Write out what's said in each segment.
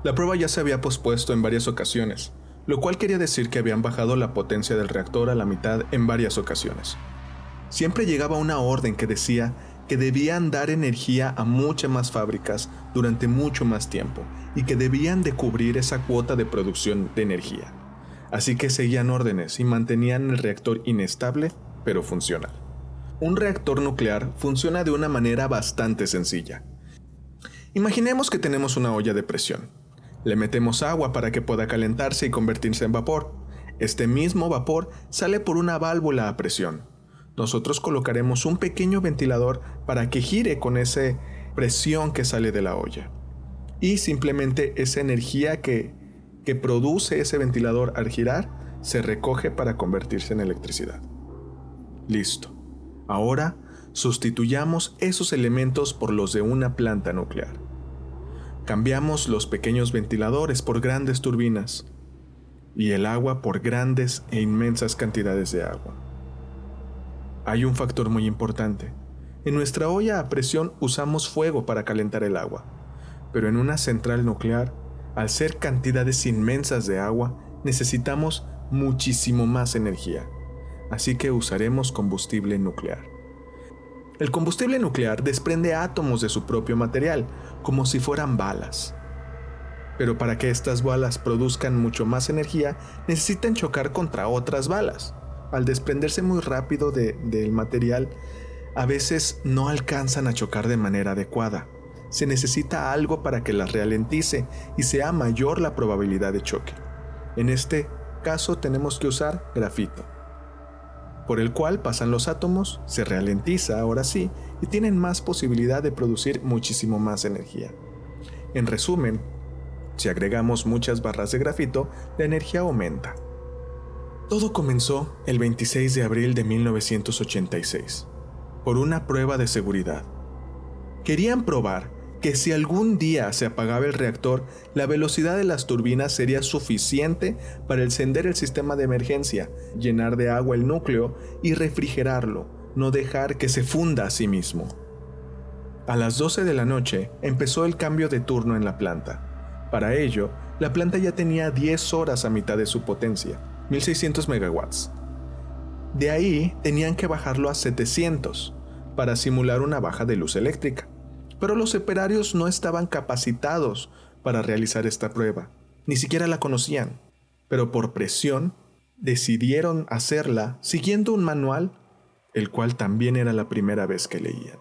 La prueba ya se había pospuesto en varias ocasiones, lo cual quería decir que habían bajado la potencia del reactor a la mitad en varias ocasiones. Siempre llegaba una orden que decía que debían dar energía a muchas más fábricas durante mucho más tiempo y que debían de cubrir esa cuota de producción de energía. Así que seguían órdenes y mantenían el reactor inestable, pero funcional. Un reactor nuclear funciona de una manera bastante sencilla. Imaginemos que tenemos una olla de presión. Le metemos agua para que pueda calentarse y convertirse en vapor. Este mismo vapor sale por una válvula a presión. Nosotros colocaremos un pequeño ventilador para que gire con esa presión que sale de la olla. Y simplemente esa energía que produce ese ventilador al girar se recoge para convertirse en electricidad. Listo. Ahora sustituyamos esos elementos por los de una planta nuclear. Cambiamos los pequeños ventiladores por grandes turbinas y el agua por grandes e inmensas cantidades de agua. Hay un factor muy importante. En nuestra olla a presión usamos fuego para calentar el agua, pero en una central nuclear, al ser cantidades inmensas de agua, necesitamos muchísimo más energía, así que usaremos combustible nuclear. El combustible nuclear desprende átomos de su propio material, como si fueran balas. Pero para que estas balas produzcan mucho más energía, necesitan chocar contra otras balas. Al desprenderse muy rápido del material, a veces no alcanzan a chocar de manera adecuada. Se necesita algo para que las ralentice y sea mayor la probabilidad de choque. En este caso tenemos que usar grafito, por el cual pasan los átomos, se ralentiza ahora sí y tienen más posibilidad de producir muchísimo más energía. En resumen, si agregamos muchas barras de grafito, la energía aumenta. Todo comenzó el 26 de abril de 1986, por una prueba de seguridad. Querían probar que si algún día se apagaba el reactor, la velocidad de las turbinas sería suficiente para encender el sistema de emergencia, llenar de agua el núcleo y refrigerarlo, no dejar que se funda a sí mismo. A las 12 de la noche empezó el cambio de turno en la planta. Para ello, la planta ya tenía 10 horas a mitad de su potencia, 1600 megawatts. De ahí tenían que bajarlo a 700 para simular una baja de luz eléctrica. Pero los operarios no estaban capacitados para realizar esta prueba, ni siquiera la conocían. Pero por presión, decidieron hacerla siguiendo un manual, el cual también era la primera vez que leían.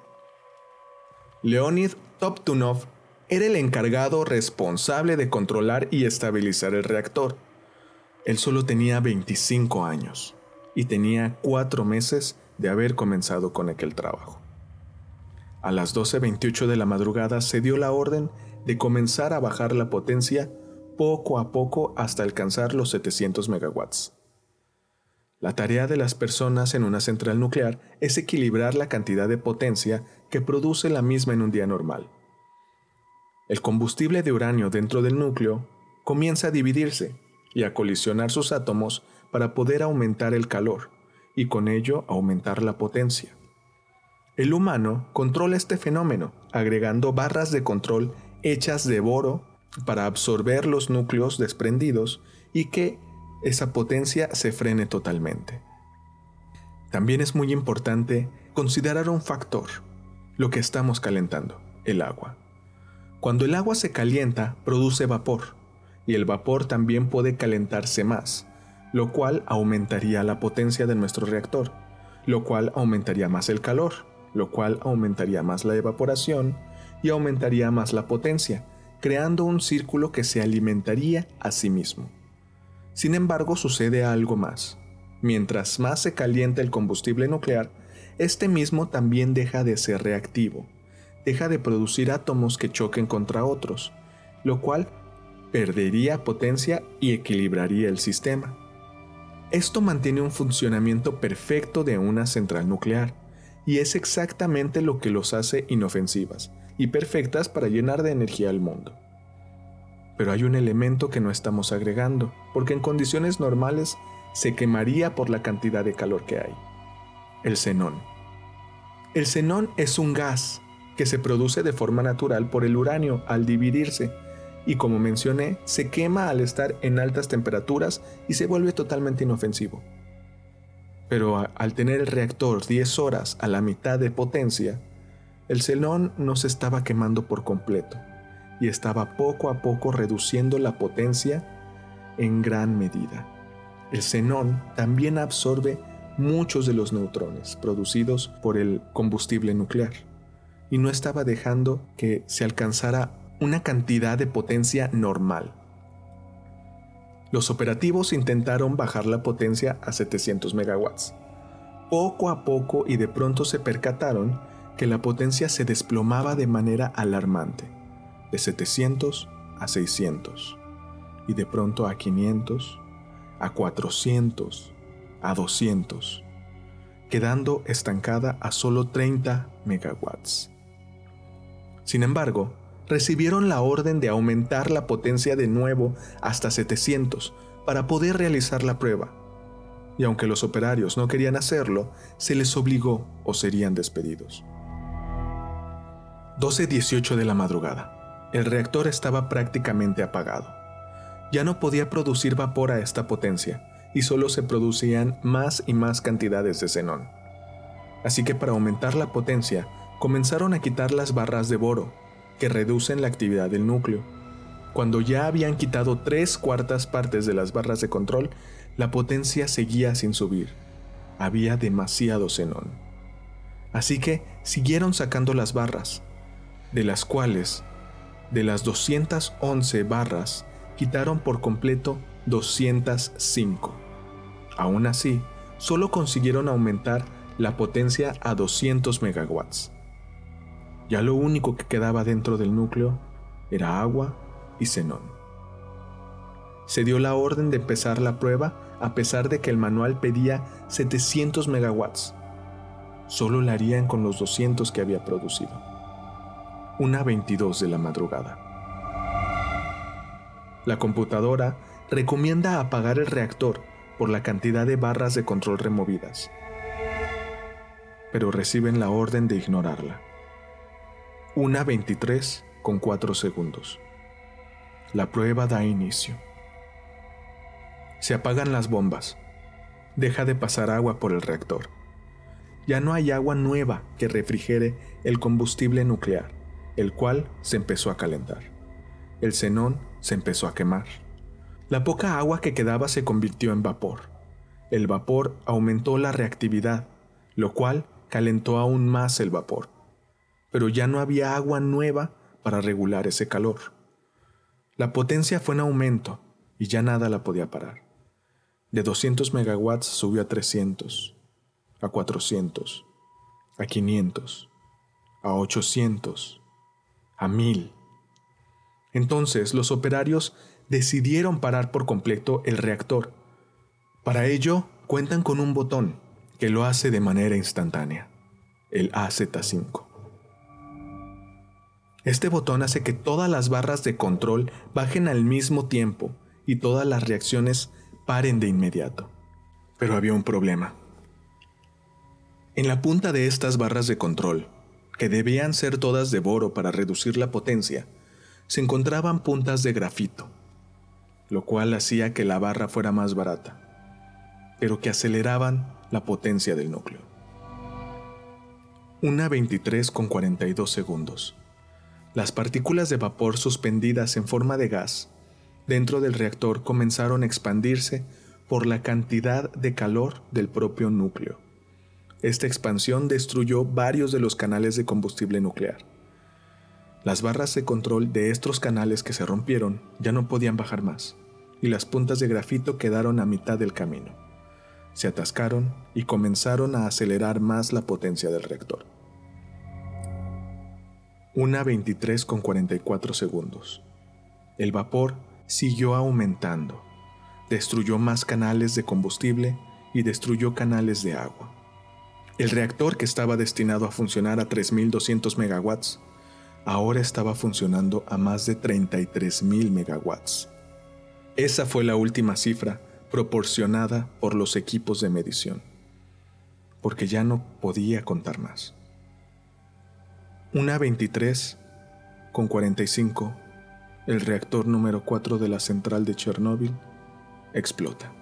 Leonid Toptunov era el encargado responsable de controlar y estabilizar el reactor. Él solo tenía 25 años y tenía 4 meses de haber comenzado con aquel trabajo. A las 12:28 de la madrugada se dio la orden de comenzar a bajar la potencia poco a poco hasta alcanzar los 700 megawatts. La tarea de las personas en una central nuclear es equilibrar la cantidad de potencia que produce la misma en un día normal. El combustible de uranio dentro del núcleo comienza a dividirse y a colisionar sus átomos para poder aumentar el calor y con ello aumentar la potencia. El humano controla este fenómeno agregando barras de control hechas de boro para absorber los núcleos desprendidos y que esa potencia se frene totalmente. También es muy importante considerar un factor, lo que estamos calentando, el agua. Cuando el agua se calienta, produce vapor, y el vapor también puede calentarse más, lo cual aumentaría la potencia de nuestro reactor, lo cual aumentaría más el calor, lo cual aumentaría más la evaporación y aumentaría más la potencia, creando un círculo que se alimentaría a sí mismo. Sin embargo, sucede algo más. Mientras más se calienta el combustible nuclear, este mismo también deja de ser reactivo, deja de producir átomos que choquen contra otros, lo cual perdería potencia y equilibraría el sistema. Esto mantiene un funcionamiento perfecto de una central nuclear, y es exactamente lo que los hace inofensivas y perfectas para llenar de energía al mundo. Pero hay un elemento que no estamos agregando, porque en condiciones normales se quemaría por la cantidad de calor que hay. El xenón. El xenón es un gas que se produce de forma natural por el uranio al dividirse y, como mencioné, se quema al estar en altas temperaturas y se vuelve totalmente inofensivo. Pero al tener el reactor 10 horas a la mitad de potencia, el xenón no se estaba quemando por completo y estaba poco a poco reduciendo la potencia en gran medida. El xenón también absorbe muchos de los neutrones producidos por el combustible nuclear y no estaba dejando que se alcanzara una cantidad de potencia normal. Los operativos intentaron bajar la potencia a 700 megawatts. Poco a poco, y de pronto se percataron que la potencia se desplomaba de manera alarmante, de 700 a 600, y de pronto a 500, a 400, a 200, quedando estancada a solo 30 megawatts. Sin embargo, recibieron la orden de aumentar la potencia de nuevo hasta 700 para poder realizar la prueba. Y aunque los operarios no querían hacerlo, se les obligó o serían despedidos. 12:18 de la madrugada. El reactor estaba prácticamente apagado. Ya no podía producir vapor a esta potencia y solo se producían más y más cantidades de xenón. Así que para aumentar la potencia, comenzaron a quitar las barras de boro, que reducen la actividad del núcleo. Cuando ya habían quitado 3/4 partes de las barras de control, la potencia seguía sin subir. Había demasiado xenón. Así que siguieron sacando las barras, de las cuales, de las 211 barras, quitaron por completo 205. Aún así, solo consiguieron aumentar la potencia a 200 megawatts. Ya lo único que quedaba dentro del núcleo era agua y xenón. Se dio la orden de empezar la prueba a pesar de que el manual pedía 700 megawatts. Solo la harían con los 200 que había producido. 1:22 de la madrugada. La computadora recomienda apagar el reactor por la cantidad de barras de control removidas, pero reciben la orden de ignorarla. 1:23:04. La prueba da inicio. Se apagan las bombas. Deja de pasar agua por el reactor. Ya no hay agua nueva que refrigere el combustible nuclear, el cual se empezó a calentar. El xenón se empezó a quemar. La poca agua que quedaba se convirtió en vapor. El vapor aumentó la reactividad, lo cual calentó aún más el vapor. Pero ya no había agua nueva para regular ese calor. La potencia fue en aumento y ya nada la podía parar. De 200 megawatts subió a 300, a 400, a 500, a 800, a 1000. Entonces los operarios decidieron parar por completo el reactor. Para ello cuentan con un botón que lo hace de manera instantánea, el AZ5. Este botón hace que todas las barras de control bajen al mismo tiempo y todas las reacciones paren de inmediato. Pero había un problema. En la punta de estas barras de control, que debían ser todas de boro para reducir la potencia, se encontraban puntas de grafito, lo cual hacía que la barra fuera más barata, pero que aceleraban la potencia del núcleo. 1:23:42. Las partículas de vapor suspendidas en forma de gas dentro del reactor comenzaron a expandirse por la cantidad de calor del propio núcleo. Esta expansión destruyó varios de los canales de combustible nuclear. Las barras de control de estos canales que se rompieron ya no podían bajar más, y las puntas de grafito quedaron a mitad del camino. Se atascaron y comenzaron a acelerar más la potencia del reactor. 1:23:44. El vapor siguió aumentando, destruyó más canales de combustible y destruyó canales de agua. El reactor, que estaba destinado a funcionar a 3.200 megawatts, ahora estaba funcionando a más de 33.000 megawatts. Esa fue la última cifra proporcionada por los equipos de medición, porque ya no podía contar más. 1:23:45, el reactor número 4 de la central de Chernóbil explota.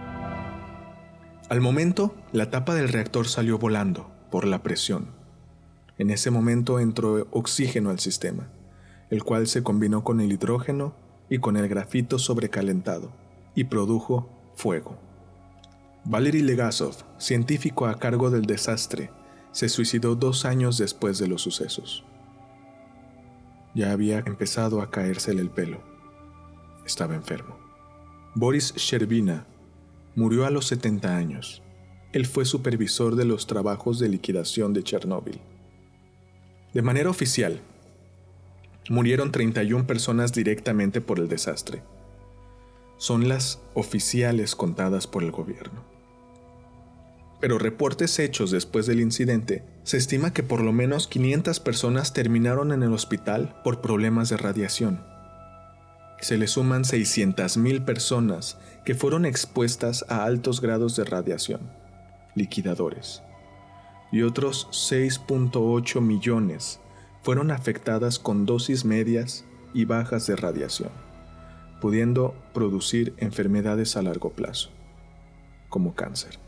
Al momento, la tapa del reactor salió volando por la presión. En ese momento entró oxígeno al sistema, el cual se combinó con el hidrógeno y con el grafito sobrecalentado, y produjo fuego. Valery Legasov, científico a cargo del desastre, se suicidó 2 años después de los sucesos. Ya había empezado a caérsele el pelo. Estaba enfermo. Boris Sherbina murió a los 70 años. Él fue supervisor de los trabajos de liquidación de Chernóbil. De manera oficial, murieron 31 personas directamente por el desastre. Son las oficiales contadas por el gobierno. Pero reportes hechos después del incidente, se estima que por lo menos 500 personas terminaron en el hospital por problemas de radiación. Se le suman 600,000 personas que fueron expuestas a altos grados de radiación, liquidadores, y otros 6.8 millones fueron afectadas con dosis medias y bajas de radiación, pudiendo producir enfermedades a largo plazo, como cáncer.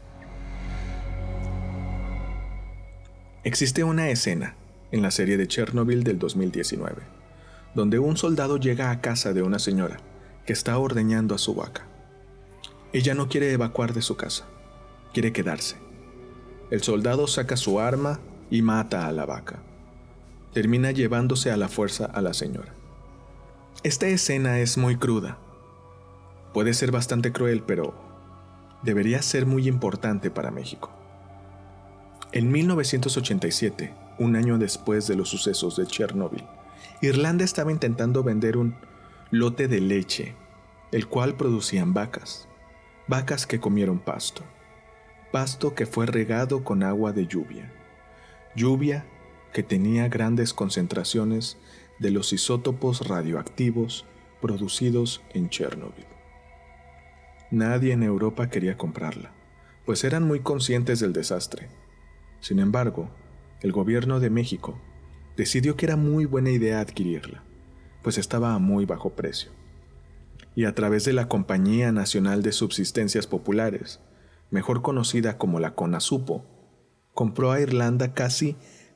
Existe una escena en la serie de Chernobyl del 2019, donde un soldado llega a casa de una señora que está ordeñando a su vaca. Ella no quiere evacuar de su casa, quiere quedarse. El soldado saca su arma y mata a la vaca. Termina llevándose a la fuerza a la señora. Esta escena es muy cruda. Puede ser bastante cruel, pero debería ser muy importante para México. En 1987, un año después de los sucesos de Chernóbil, Irlanda estaba intentando vender un lote de leche, el cual producían vacas que comieron pasto que fue regado con agua de lluvia que tenía grandes concentraciones de los isótopos radioactivos producidos en Chernóbil. Nadie en Europa quería comprarla, pues eran muy conscientes del desastre. Sin embargo, el gobierno de México decidió que era muy buena idea adquirirla, pues estaba a muy bajo precio. Y a través de la Compañía Nacional de Subsistencias Populares, mejor conocida como la CONASUPO, compró a Irlanda casi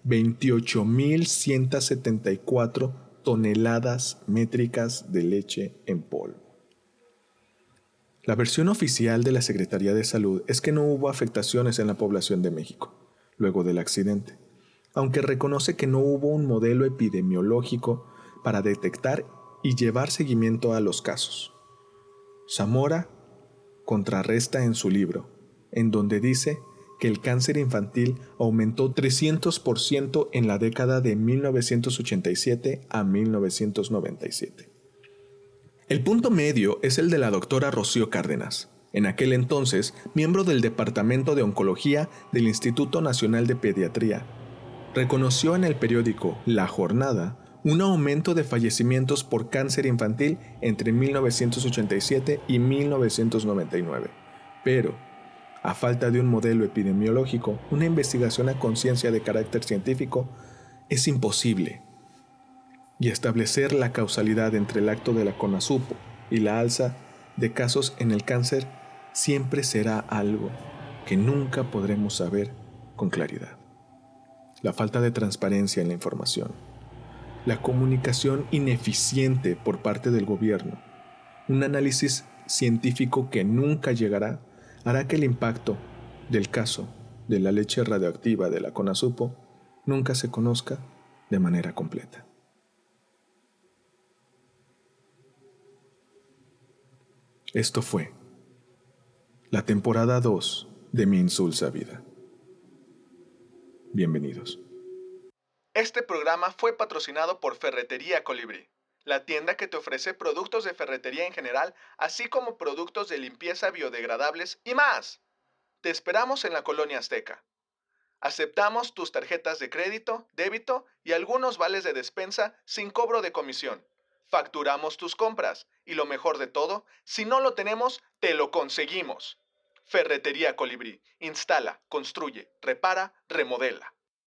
28,174 toneladas métricas de leche en polvo. La versión oficial de la Secretaría de Salud es que no hubo afectaciones en la población de México luego del accidente, aunque reconoce que no hubo un modelo epidemiológico para detectar y llevar seguimiento a los casos. Zamora contrarresta en su libro, en donde dice que el cáncer infantil aumentó 300% en la década de 1987 a 1997. El punto medio es el de la doctora Rocío Cárdenas, en aquel entonces miembro del Departamento de Oncología del Instituto Nacional de Pediatría. Reconoció en el periódico La Jornada un aumento de fallecimientos por cáncer infantil entre 1987 y 1999, pero, a falta de un modelo epidemiológico, una investigación a conciencia de carácter científico es imposible. Y establecer la causalidad entre el acto de la CONASUPO y la alza de casos en el cáncer siempre será algo que nunca podremos saber con claridad. La falta de transparencia en la información, la comunicación ineficiente por parte del gobierno, un análisis científico que nunca llegará, hará que el impacto del caso de la leche radioactiva de la CONASUPO nunca se conozca de manera completa. Esto fue la temporada 2 de Mi Insulsa Vida. Bienvenidos. Este programa fue patrocinado por Ferretería Colibrí, la tienda que te ofrece productos de ferretería en general, así como productos de limpieza biodegradables y más. Te esperamos en la Colonia Azteca. Aceptamos tus tarjetas de crédito, débito y algunos vales de despensa sin cobro de comisión. Facturamos tus compras y lo mejor de todo, si no lo tenemos, te lo conseguimos. Ferretería Colibrí. Instala, construye, repara, remodela.